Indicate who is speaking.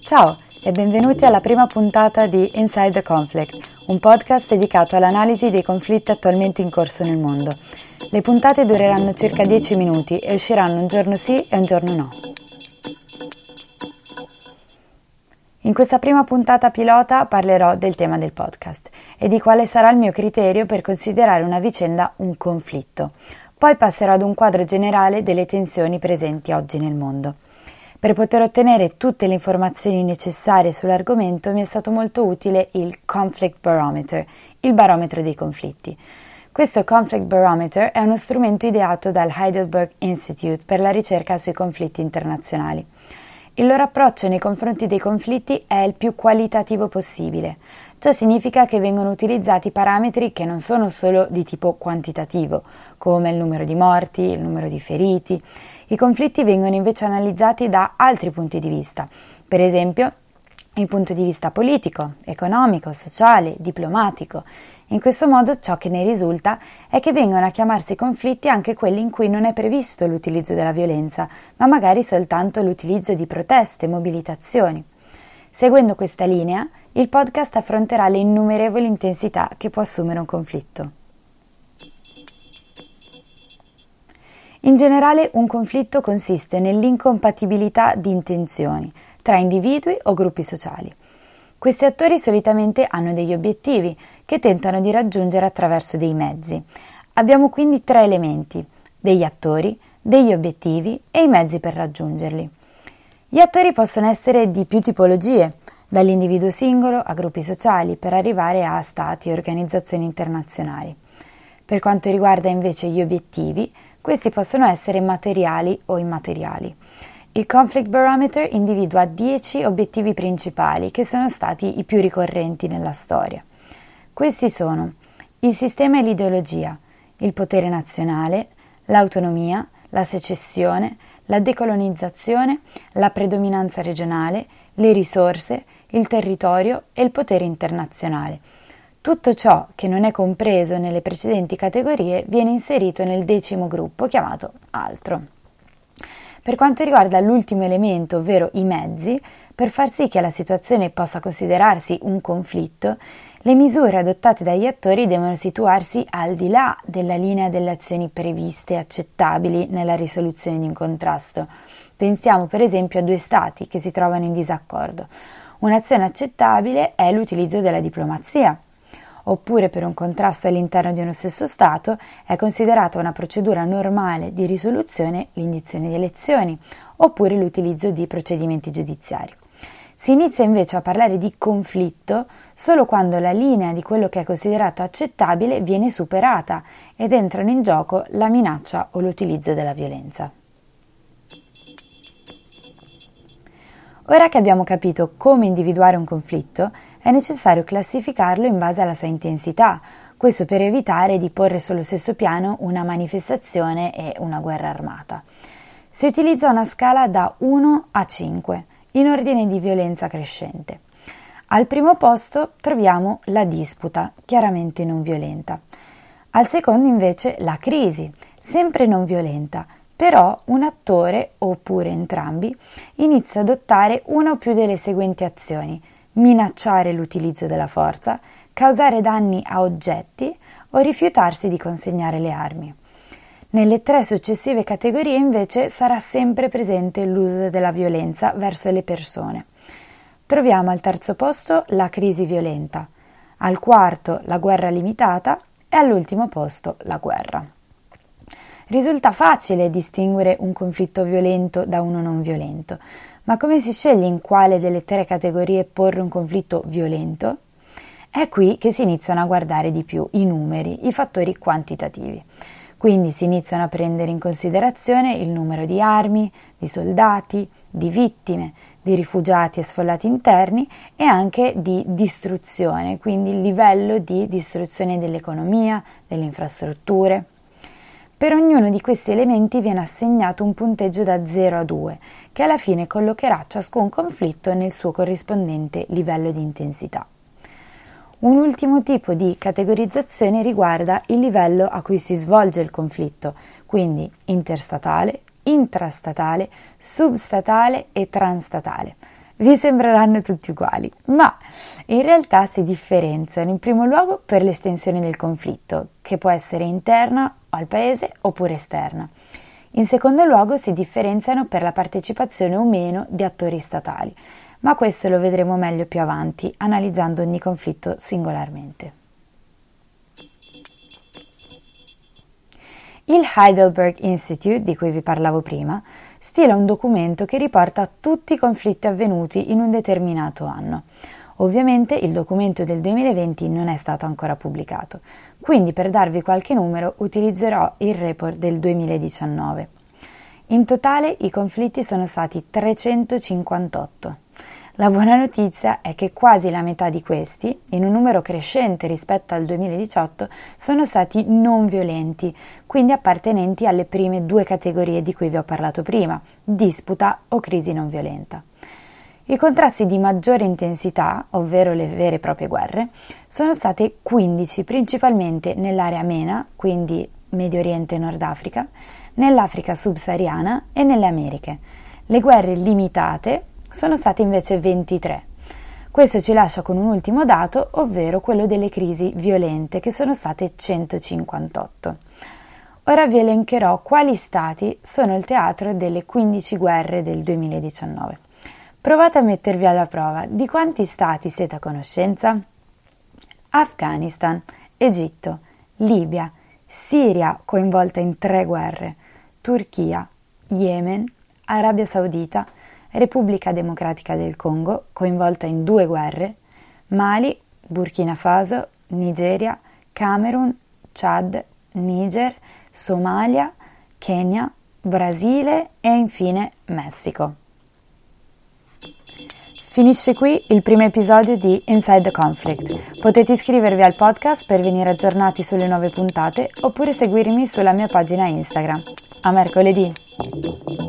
Speaker 1: Ciao e benvenuti alla prima puntata di Inside the Conflict, un podcast dedicato all'analisi dei conflitti attualmente in corso nel mondo. Le puntate dureranno circa 10 minuti e usciranno un giorno sì e un giorno no. In questa prima puntata pilota parlerò del tema del podcast e di quale sarà il mio criterio per considerare una vicenda un conflitto. Poi passerò ad un quadro generale delle tensioni presenti oggi nel mondo. Per poter ottenere tutte le informazioni necessarie sull'argomento mi è stato molto utile il Conflict Barometer, il barometro dei conflitti. Questo Conflict Barometer è uno strumento ideato dal Heidelberg Institute per la ricerca sui conflitti internazionali. Il loro approccio nei confronti dei conflitti è il più qualitativo possibile. Ciò significa che vengono utilizzati parametri che non sono solo di tipo quantitativo, come il numero di morti, il numero di feriti. I conflitti vengono invece analizzati da altri punti di vista, per esempio il punto di vista politico, economico, sociale, diplomatico. In questo modo ciò che ne risulta è che vengono a chiamarsi conflitti anche quelli in cui non è previsto l'utilizzo della violenza, ma magari soltanto l'utilizzo di proteste e mobilitazioni. Seguendo questa linea, il podcast affronterà le innumerevoli intensità che può assumere un conflitto. In generale, un conflitto consiste nell'incompatibilità di intenzioni tra individui o gruppi sociali. Questi attori solitamente hanno degli obiettivi che tentano di raggiungere attraverso dei mezzi. Abbiamo quindi tre elementi: degli attori, degli obiettivi e i mezzi per raggiungerli. Gli attori possono essere di più tipologie, dall'individuo singolo a gruppi sociali, per arrivare a stati e organizzazioni internazionali. Per quanto riguarda invece gli obiettivi, questi possono essere materiali o immateriali. Il Conflict Barometer individua 10 obiettivi principali che sono stati i più ricorrenti nella storia. Questi sono il sistema e l'ideologia, il potere nazionale, l'autonomia, la secessione, la decolonizzazione, la predominanza regionale, le risorse, il territorio e il potere internazionale. Tutto ciò che non è compreso nelle precedenti categorie viene inserito nel 10° gruppo chiamato altro. Per quanto riguarda l'ultimo elemento, ovvero i mezzi, per far sì che la situazione possa considerarsi un conflitto, le misure adottate dagli attori devono situarsi al di là della linea delle azioni previste e accettabili nella risoluzione di un contrasto. Pensiamo per esempio a due stati che si trovano in disaccordo. Un'azione accettabile è l'utilizzo della diplomazia. Oppure per un contrasto all'interno di uno stesso Stato è considerata una procedura normale di risoluzione l'indizione di elezioni, oppure l'utilizzo di procedimenti giudiziari. Si inizia invece a parlare di conflitto solo quando la linea di quello che è considerato accettabile viene superata ed entrano in gioco la minaccia o l'utilizzo della violenza. Ora che abbiamo capito come individuare un conflitto, è necessario classificarlo in base alla sua intensità, questo per evitare di porre sullo stesso piano una manifestazione e una guerra armata. Si utilizza una scala da 1 a 5, in ordine di violenza crescente. Al primo posto troviamo la disputa, chiaramente non violenta. Al secondo invece la crisi, sempre non violenta, però un attore, oppure entrambi, inizia ad adottare una o più delle seguenti azioni: minacciare l'utilizzo della forza, causare danni a oggetti o rifiutarsi di consegnare le armi. Nelle tre successive categorie invece sarà sempre presente l'uso della violenza verso le persone. Troviamo al terzo posto la crisi violenta, al quarto la guerra limitata e all'ultimo posto la guerra. Risulta facile distinguere un conflitto violento da uno non violento, ma come si sceglie in quale delle tre categorie porre un conflitto violento? È qui che si iniziano a guardare di più i numeri, i fattori quantitativi. Quindi si iniziano a prendere in considerazione il numero di armi, di soldati, di vittime, di rifugiati e sfollati interni e anche di distruzione, quindi il livello di distruzione dell'economia, delle infrastrutture. Per ognuno di questi elementi viene assegnato un punteggio da 0 a 2, che alla fine collocherà ciascun conflitto nel suo corrispondente livello di intensità. Un ultimo tipo di categorizzazione riguarda il livello a cui si svolge il conflitto, quindi interstatale, intrastatale, substatale e transstatale. Vi sembreranno tutti uguali, ma in realtà si differenziano in primo luogo per l'estensione del conflitto, che può essere interna al paese oppure esterna. In secondo luogo si differenziano per la partecipazione o meno di attori statali, ma questo lo vedremo meglio più avanti, analizzando ogni conflitto singolarmente. Il Heidelberg Institute, di cui vi parlavo prima, stila un documento che riporta tutti i conflitti avvenuti in un determinato anno. Ovviamente il documento del 2020 non è stato ancora pubblicato, quindi per darvi qualche numero utilizzerò il report del 2019. In totale i conflitti sono stati 358. La buona notizia è che quasi la metà di questi, in un numero crescente rispetto al 2018, sono stati non violenti, quindi appartenenti alle prime due categorie di cui vi ho parlato prima, disputa o crisi non violenta. I contrasti di maggiore intensità, ovvero le vere e proprie guerre, sono state 15, principalmente nell'area MENA, quindi Medio Oriente e Nord Africa, nell'Africa subsahariana e nelle Americhe. Le guerre limitate sono state invece 23. Questo ci lascia con un ultimo dato, ovvero quello delle crisi violente, che sono state 158. Ora vi elencherò quali stati sono il teatro delle 15 guerre del 2019. Provate a mettervi alla prova. Di quanti stati siete a conoscenza? Afghanistan, Egitto, Libia, Siria coinvolta in 3 guerre, Turchia, Yemen, Arabia Saudita, Repubblica Democratica del Congo, coinvolta in 2 guerre, Mali, Burkina Faso, Nigeria, Camerun, Chad, Niger, Somalia, Kenya, Brasile e infine Messico. Finisce qui il primo episodio di Inside the Conflict. Potete iscrivervi al podcast per venire aggiornati sulle nuove puntate oppure seguirmi sulla mia pagina Instagram. A mercoledì!